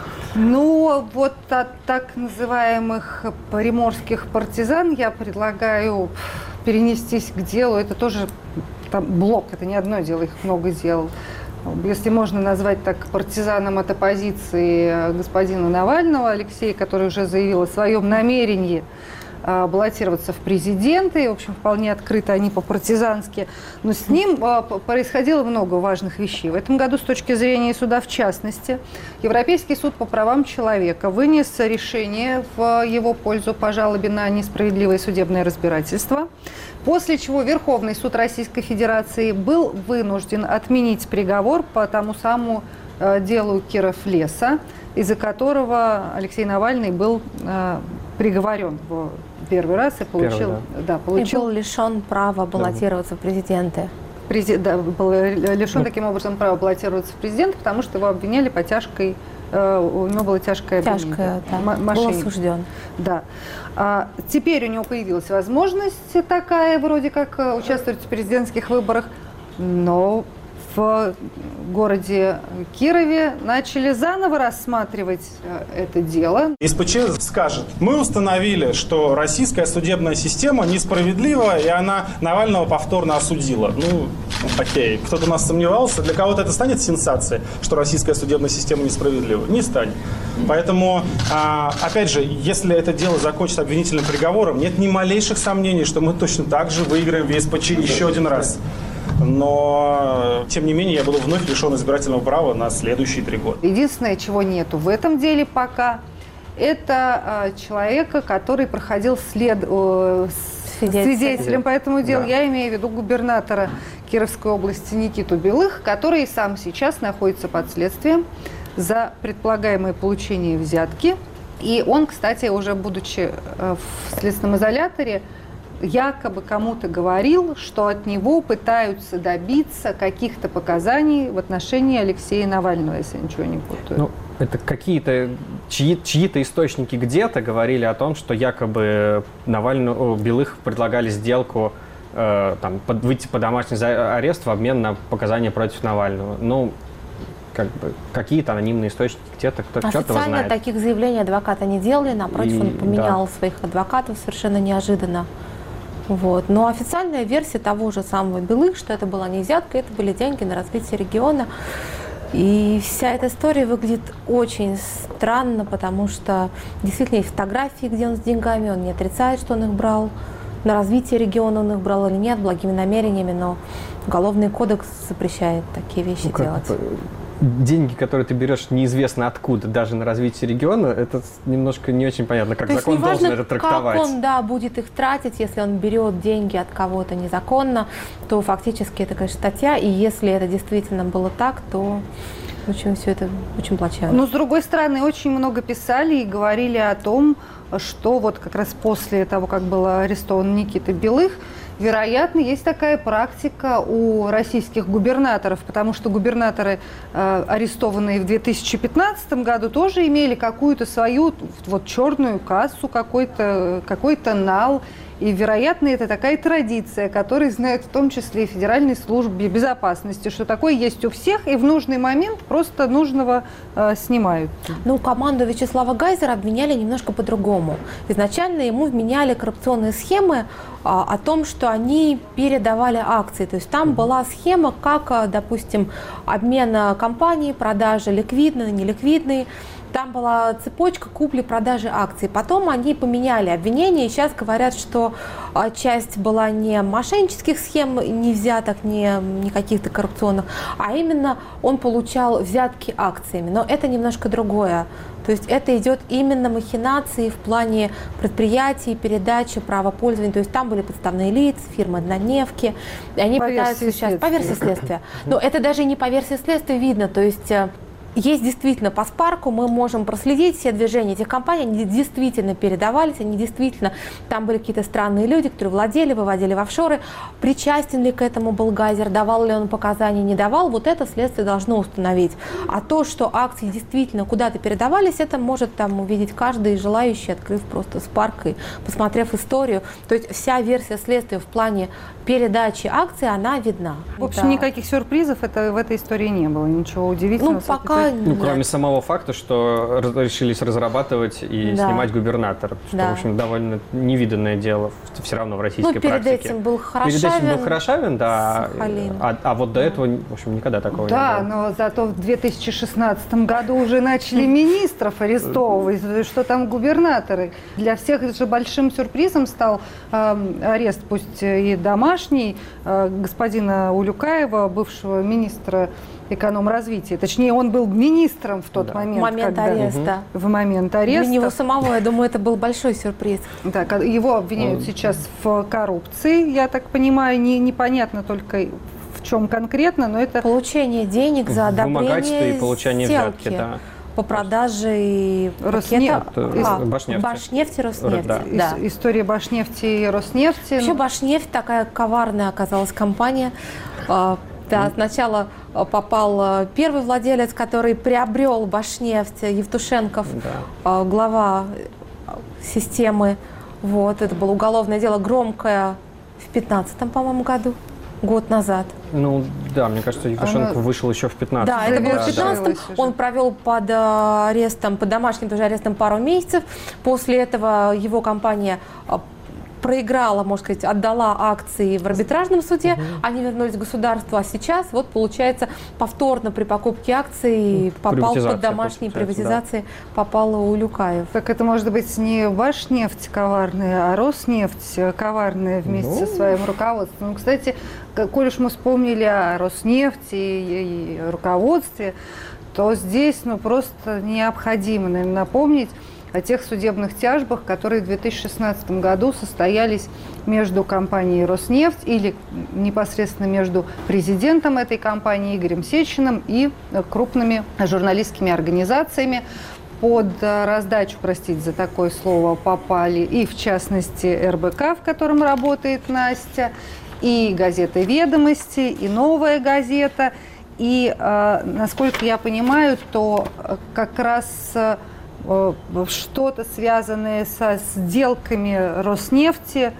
От так называемых приморских партизан я предлагаю перенестись к делу. Это тоже блок, это не одно дело, их много дел. Если можно назвать так партизаном от оппозиции господина Навального, Алексея, который уже заявил о своем намерении баллотироваться в президенты, и, в общем, вполне открыто они по-партизански. Но с ним происходило много важных вещей. В этом году, с точки зрения суда в частности, Европейский суд по правам человека вынес решение в его пользу по жалобе на несправедливое судебное разбирательство, после чего Верховный суд Российской Федерации был вынужден отменить приговор по тому самому делу Киров-Леса, из-за которого Алексей Навальный был приговорен в первый раз и получил... И был лишен права баллотироваться в президенты. Был лишен таким образом права баллотироваться в президенты, потому что его обвиняли по тяжкой... У него было тяжкое обвинение. Был осужден. Да. Теперь у него появилась возможность такая, вроде как, участвовать в президентских выборах, но в городе Кирове начали заново рассматривать это дело. СПЧ скажет: мы установили, что российская судебная система несправедлива, и она Навального повторно осудила. Окей, кто-то у нас сомневался, для кого-то это станет сенсацией, что российская судебная система несправедлива? Не станет. Поэтому, опять же, если это дело закончится обвинительным приговором, нет ни малейших сомнений, что мы точно так же выиграем в СПЧ еще один раз. Но, тем не менее, я буду вновь лишен избирательного права на следующие 3 года. Единственное, чего нету в этом деле пока, это человека, который проходил свидетелем по этому делу. Да. Я имею в виду губернатора Кировской области Никиту Белых, который сам сейчас находится под следствием за предполагаемое получение взятки. И он, кстати, уже будучи в следственном изоляторе, якобы кому-то говорил, что от него пытаются добиться каких-то показаний в отношении Алексея Навального, если я ничего не путаю. Ну, это какие-то чьи-то источники где-то говорили о том, что якобы Белых предлагали сделку выйти под домашний арест в обмен на показания против Навального. Ну, как бы какие-то анонимные источники где-то, кто-то его знает. Официально таких заявлений адвоката не делали, напротив, он поменял своих адвокатов совершенно неожиданно. Вот. Но официальная версия того же самого Белых, что это была не взятка, это были деньги на развитие региона. И вся эта история выглядит очень странно, потому что действительно есть фотографии, где он с деньгами, он не отрицает, что он их брал. На развитие региона он их брал или нет, благими намерениями, но Уголовный кодекс запрещает такие вещи делать. Деньги, которые ты берешь неизвестно откуда, даже на развитие региона, это немножко не очень понятно, как закон должен это трактовать. Как он, будет их тратить, если он берет деньги от кого-то незаконно, то фактически это, конечно, статья, и если это действительно было так, то очень все это очень плачевно. Но, с другой стороны, очень много писали и говорили о том, что вот как раз после того, как был арестован Никита Белых, вероятно, есть такая практика у российских губернаторов, потому что губернаторы, арестованные в 2015 году, тоже имели какую-то свою вот черную кассу, какой-то нал. И, вероятно, это такая традиция, которую знают в том числе и Федеральной службе безопасности, что такое есть у всех, и в нужный момент просто нужного снимают. Ну, команду Вячеслава Гайзера обвиняли немножко по-другому. Изначально ему вменяли коррупционные схемы о том, что они передавали акции. То есть там была схема, как, допустим, обмен компаний, продажи ликвидной, неликвидной. Там была цепочка купли-продажи акций. Потом они поменяли обвинения и сейчас говорят, что часть была не мошеннических схем, не взяток, не каких-то коррупционных, а именно он получал взятки акциями. Но это немножко другое. То есть это идет именно махинации в плане предприятий, передачи, права пользования. То есть там были подставные лица, фирмы однодневки. И они пытаются сейчас... По версии следствия. Но это даже не по версии следствия видно. То есть... Есть действительно по Спарку, мы можем проследить все движения этих компаний, они действительно передавались, они действительно, там были какие-то странные люди, которые владели, выводили в офшоры. Причастен ли к этому был Гайзер, давал ли он показания, не давал, вот это следствие должно установить. А то, что акции действительно куда-то передавались, это может там увидеть каждый желающий, открыв просто Спарк и посмотрев историю. То есть вся версия следствия в плане передачи акций, она видна. В общем, никаких сюрпризов в этой истории не было, ничего удивительного. Ну, пока кроме самого факта, что решились разрабатывать и снимать губернатора, что, в общем, довольно невиданное дело все равно в российской практике. Перед этим был Хорошавин, да, а вот до этого, в общем, никогда такого не было. Да, но зато в 2016 году уже начали министров арестовывать, что там губернаторы. Для всех это же большим сюрпризом стал арест, пусть и домашний, господина Улюкаева, бывшего министра экономразвития. Точнее, он был министром в тот момент. В момент ареста. Для него самого, я думаю, это был большой сюрприз. Да, его обвиняют сейчас в коррупции, я так понимаю, непонятно только в чем конкретно, но это... Получение денег за одобрение вымогательство и получение взятки, да. По продаже Башнефти, Роснефти. Да. История Башнефти и Роснефти. Вообще Башнефть такая коварная оказалась компания. Да, сначала попал первый владелец, который приобрел Башнефть, Евтушенков, глава системы. Вот, это было уголовное дело громкое в 2015, по-моему, году, год назад. Ну, да, мне кажется, Евтушенков вышел еще в 2015. Да, это было в 2015. Он провел под арестом, под домашним тоже арестом пару месяцев. После этого его компания проиграла, можно сказать, отдала акции в арбитражном суде, они вернулись к государству, а сейчас, вот, получается, повторно при покупке акций попал под домашней приватизации, попал Улюкаев. Так это может быть не Башнефть коварная, а Роснефть коварная вместе со своим руководством. Кстати, коль уж мы вспомнили о Роснефти и руководстве, то здесь просто необходимо, наверное, напомнить, о тех судебных тяжбах, которые в 2016 году состоялись между компанией «Роснефть» или непосредственно между президентом этой компании Игорем Сечиным и крупными журналистскими организациями. Под раздачу, простите за такое слово, попали и, в частности, РБК, в котором работает Настя, и газета «Ведомости», и «Новая газета». И, насколько я понимаю, то как раз что-то связанное со сделками Роснефти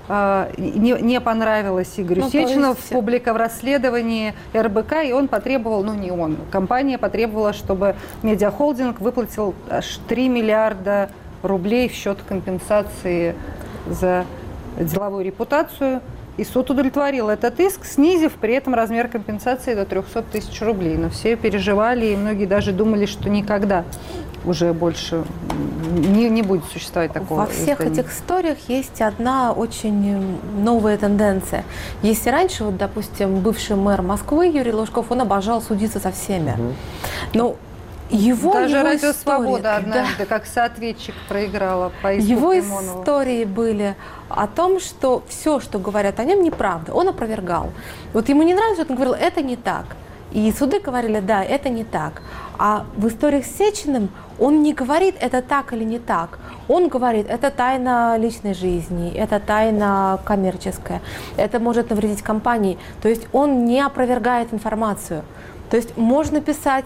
не понравилось Игорю Сечину в расследовании РБК, и он потребовал, не он, компания потребовала, чтобы медиахолдинг выплатил аж 3 миллиарда рублей в счет компенсации за деловую репутацию. И суд удовлетворил этот иск, снизив при этом размер компенсации до 300 тысяч рублей. Но все переживали, и многие даже думали, что никогда уже больше не будет существовать такого. Во всех этих историях есть одна очень новая тенденция. Если раньше, допустим, бывший мэр Москвы Юрий Лужков, он обожал судиться со всеми. Но даже «Радио Свобода» однажды как соответчик проиграла по иску Его Лимонова. Истории были о том, что все, что говорят о нем, неправда. Он опровергал. Вот ему не нравится, он говорил, это не так. И суды говорили, да, это не так. А в историях с Сечиным он не говорит, это так или не так. Он говорит, это тайна личной жизни, это тайна коммерческая, это может навредить компании. То есть он не опровергает информацию. То есть можно писать,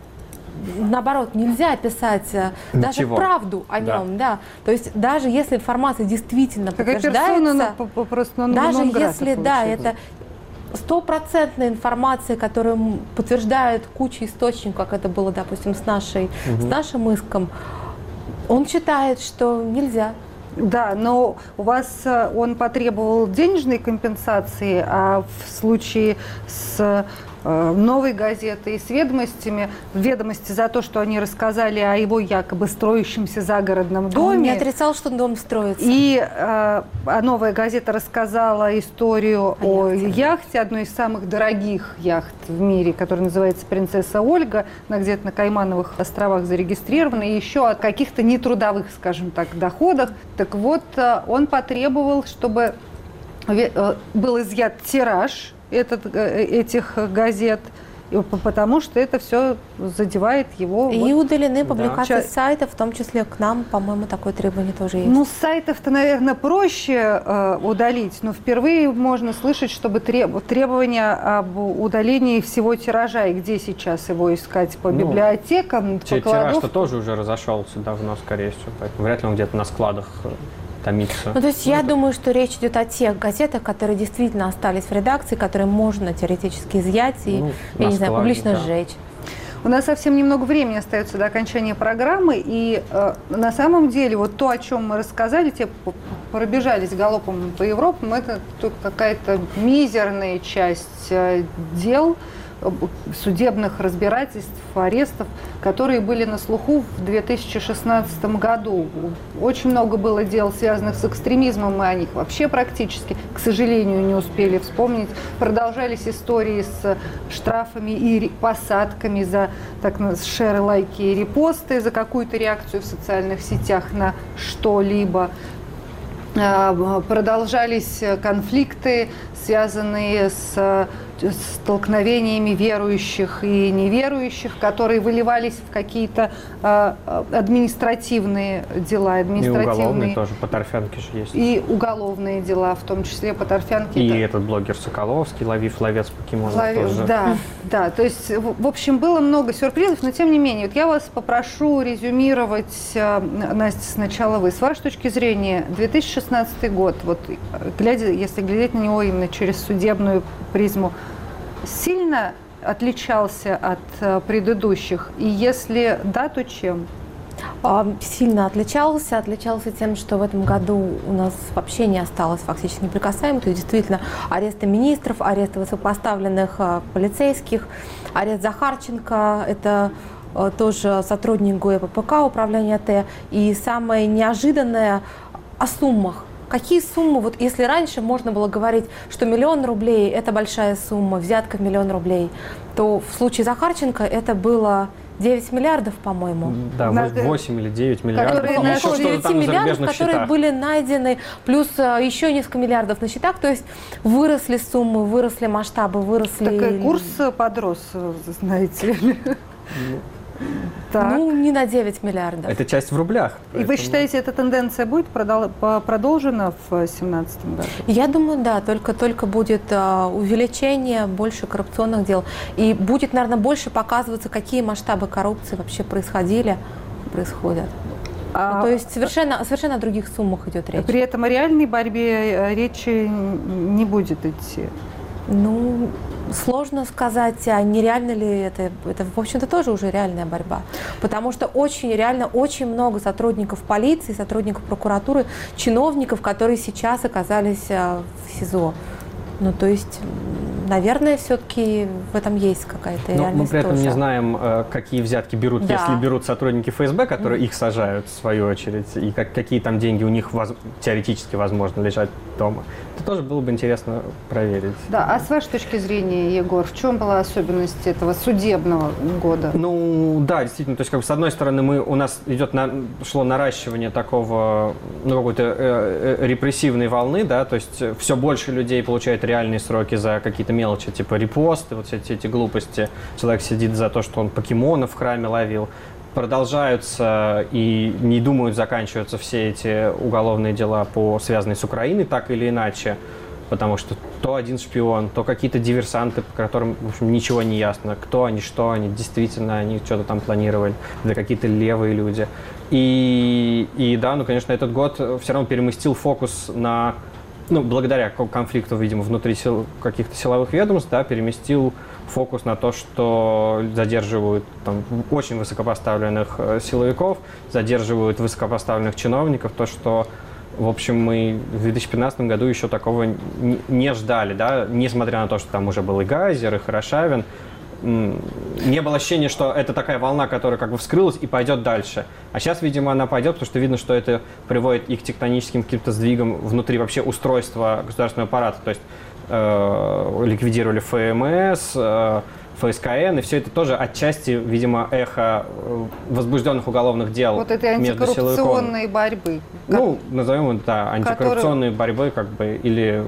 наоборот, нельзя писать даже правду о нем. Да. То есть даже если информация действительно подтверждается, даже если это стопроцентная информация, которую подтверждает куча источников, как это было, допустим, с нашим иском, он считает, что нельзя. Да, но у вас он потребовал денежной компенсации, а в случае с «Новой газеты» и с «Ведомостями», «Ведомости» за то, что они рассказали о его якобы строящемся загородном доме. Он не отрицал, что дом строится. И «Новая газета» рассказала историю о яхте, одной из самых дорогих яхт в мире, которая называется «Принцесса Ольга», она где-то на Каймановых островах зарегистрирована, и еще о каких-то нетрудовых, скажем так, доходах. Так вот, он потребовал, чтобы был изъят тираж этих газет, потому что это все задевает его. И удалены публикации с сайта, в том числе к нам, по-моему, такое требование тоже есть. Ну, с сайтов-то, наверное, проще удалить, но впервые можно слышать, чтобы требования об удалении всего тиража, и где сейчас его искать, по библиотекам, по кладовкам. Тираж-то тоже уже разошелся давно, скорее всего, поэтому вряд ли он где-то на складах томится. То есть я думаю, что речь идет о тех газетах, которые действительно остались в редакции, которые можно теоретически изъять и, я не знаю, публично сжечь. У нас совсем немного времени остается до окончания программы, и на самом деле вот то, о чем мы рассказали, те пробежались галопом по Европам, это тут какая-то мизерная часть дел, судебных разбирательств, арестов, которые были на слуху в 2016 году. Очень много было дел, связанных с экстремизмом, мы о них вообще практически, к сожалению, не успели вспомнить. Продолжались истории с штрафами и посадками за шеры, лайки и репосты, за какую-то реакцию в социальных сетях на что-либо. Продолжались конфликты, связанные с столкновениями верующих и неверующих, которые выливались в какие-то административные дела. И уголовные тоже, по Торфянке же есть. И уголовные дела, в том числе по Торфянке. И этот блогер Соколовский, ловец покемонов тоже. Да, то есть, в общем, было много сюрпризов, но тем не менее, вот я вас попрошу резюмировать, Настя, сначала вы. С вашей точки зрения, 2016 год, вот, если глядеть на него именно через судебную призму, сильно отличался от предыдущих? И если да, то чем? Сильно отличался тем, что в этом году у нас вообще не осталось фактически неприкасаемых. То есть действительно аресты министров, аресты высокопоставленных полицейских, арест Захарченко, это тоже сотрудник ГУЭППК, управления Т. И самое неожиданное о суммах. какие суммы, вот если раньше можно было говорить, что 1 000 000 рублей – это большая сумма, взятка в 1 000 000 рублей, то в случае Захарченко это было 9 миллиардов, по-моему. Да, 8 или 9 миллиардов. Около Еще что-то 9 там на миллиардов, зарубежных которые счетах. были найдены, плюс еще несколько миллиардов на счетах. То есть выросли суммы, выросли масштабы, выросли... Так и курс подрос, знаете ли. Так. Ну, не на 9 миллиардов. Это часть в рублях. И вы считаете, эта тенденция будет продолжена в 2017 году? Я думаю, да, только будет увеличение, больше коррупционных дел. И будет, наверное, больше показываться, какие масштабы коррупции вообще происходят. То есть совершенно о других суммах идет речь. При этом о реальной борьбе речи не будет идти. Ну, сложно сказать, а нереально ли это. Это, в общем-то, тоже уже реальная борьба. Потому что очень много сотрудников полиции, сотрудников прокуратуры, чиновников, которые сейчас оказались в СИЗО. Ну, то есть, наверное, все-таки в этом есть какая-то реальность. Но мы при этом тоже не знаем, какие взятки берут, да. если берут сотрудники ФСБ, которые их сажают, в свою очередь, и какие там деньги у них теоретически, возможно, лежат дома. Это тоже было бы интересно проверить. Да, а с вашей точки зрения, Егор, в чем была особенность этого судебного года? Ну, да, действительно, то есть, как бы, с одной стороны, у нас шло наращивание такого, какой-то репрессивной волны, да, то есть все больше людей получают реальные сроки за какие-то мелочи, типа репосты, вот все эти глупости. Человек сидит за то, что он покемонов в храме ловил. Продолжаются и не думают заканчиваться все эти уголовные дела, связанные с Украиной, так или иначе. Потому что то один шпион, то какие-то диверсанты, по которым, в общем, ничего не ясно. Кто они, что они, действительно они что-то там планировали. Да какие-то левые люди. И да, конечно, этот год все равно переместил фокус на... благодаря конфликту, видимо, внутри каких-то силовых ведомств, да, переместил фокус на то, что задерживают там очень высокопоставленных силовиков, задерживают высокопоставленных чиновников, то, что, в общем, мы в 2015 году еще такого не ждали, да, несмотря на то, что там уже был и Гайзер, и Хорошавин, не было ощущения, что это такая волна, которая как бы вскрылась и пойдет дальше. А сейчас, видимо, она пойдет, потому что видно, что это приводит и к тектоническим каким-то сдвигам внутри вообще устройства государственного аппарата. То есть ликвидировали ФМС, ФСКН, и все это тоже отчасти, видимо, эхо возбужденных уголовных дел вот этой антикоррупционной борьбы. Назовем это, да, антикоррупционной борьбы, как бы, или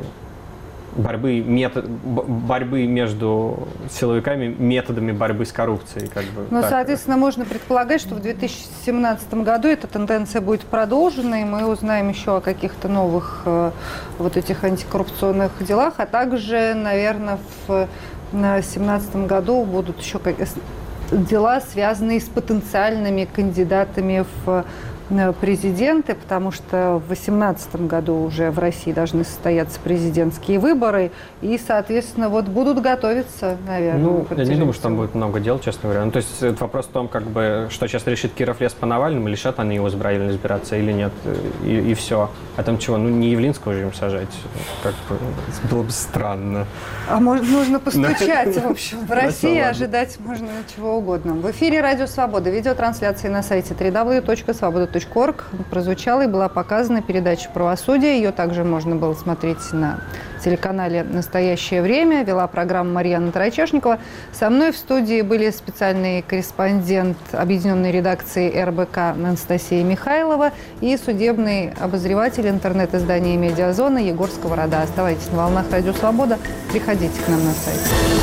борьбы между силовиками методами борьбы с коррупцией. Как бы, соответственно, можно предполагать, что в 2017 году эта тенденция будет продолжена, и мы узнаем еще о каких-то новых вот этих антикоррупционных делах, а также, наверное, в 2017 году будут еще дела, связанные с потенциальными кандидатами в президенты, потому что в 2018 году уже в России должны состояться президентские выборы, и, соответственно, вот будут готовиться, наверное. Я не думаю, что там будет много дел, честно говоря. То есть это вопрос в том, как бы, что сейчас решит Киров лес по Навальному, лишат они его избирательно избираться или нет, и все. А там чего, не Явлинского же им сажать, как бы, было бы странно. А нужно постучать, в общем, в России ожидать можно чего угодно. В эфире Радио Свобода, видеотрансляции на сайте www.svoboda.org прозвучала и была показана передача «Правосудие». Ее также можно было смотреть на телеканале «Настоящее время». Вела программу Марьяна Тарачешникова. Со мной в студии были специальный корреспондент объединенной редакции РБК Анастасия Михайлова и судебный обозреватель интернет-издания «Медиазона» Егор Сковорода. Оставайтесь на волнах Радио Свобода. Приходите к нам на сайт.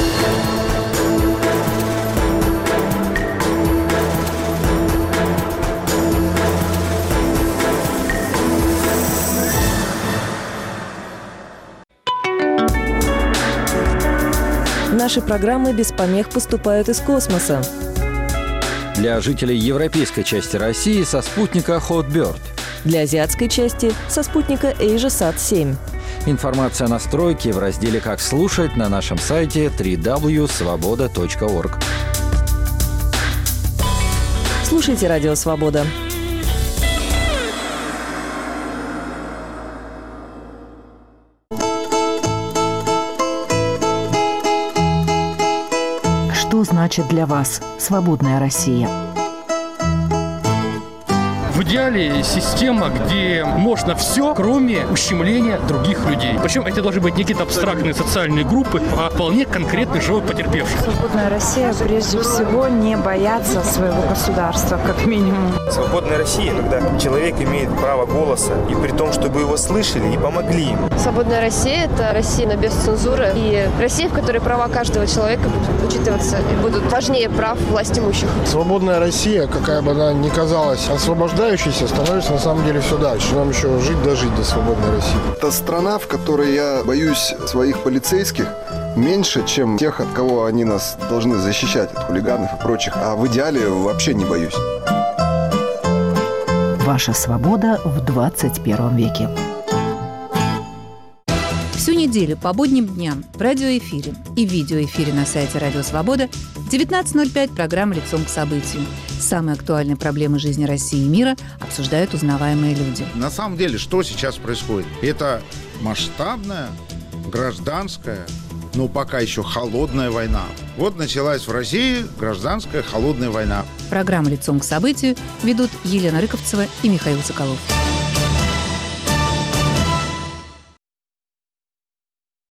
Наши программы без помех поступают из космоса. Для жителей европейской части России со спутника Hotbird. Для азиатской части со спутника AsiaSat-7. Информация о настройке в разделе «Как слушать» на нашем сайте www.svoboda.org. Слушайте Радио Свобода. Что значит для вас свободная Россия? В идеале система, где можно все, кроме ущемления других людей. Причем это должны быть не какие-то абстрактные социальные группы, а вполне конкретный живой потерпевший. Свободная Россия прежде всего не боятся своего государства, как минимум. Свободная Россия, когда человек имеет право голоса, и при том, чтобы его слышали и помогли ему. Свободная Россия – это Россия без цензуры и Россия, в которой права каждого человека будут учитываться и будут важнее прав власть имущих. Свободная Россия, какая бы она ни казалась освобождающейся, становится на самом деле все дальше. Нам еще жить до свободной России. Это страна, в которой я боюсь своих полицейских меньше, чем тех, от кого они нас должны защищать, от хулиганов и прочих. А в идеале вообще не боюсь. Ваша свобода в 21 веке. Всю неделю по будним дням в радиоэфире и видеоэфире на сайте Радио Свобода в 19:05 программа «Лицом к событию». Самые актуальные проблемы жизни России и мира обсуждают узнаваемые люди. На самом деле, что сейчас происходит? Это масштабная, гражданская, но пока еще холодная война. Вот началась в России гражданская холодная война. Программу «Лицом к событию» ведут Елена Рыковцева и Михаил Соколов.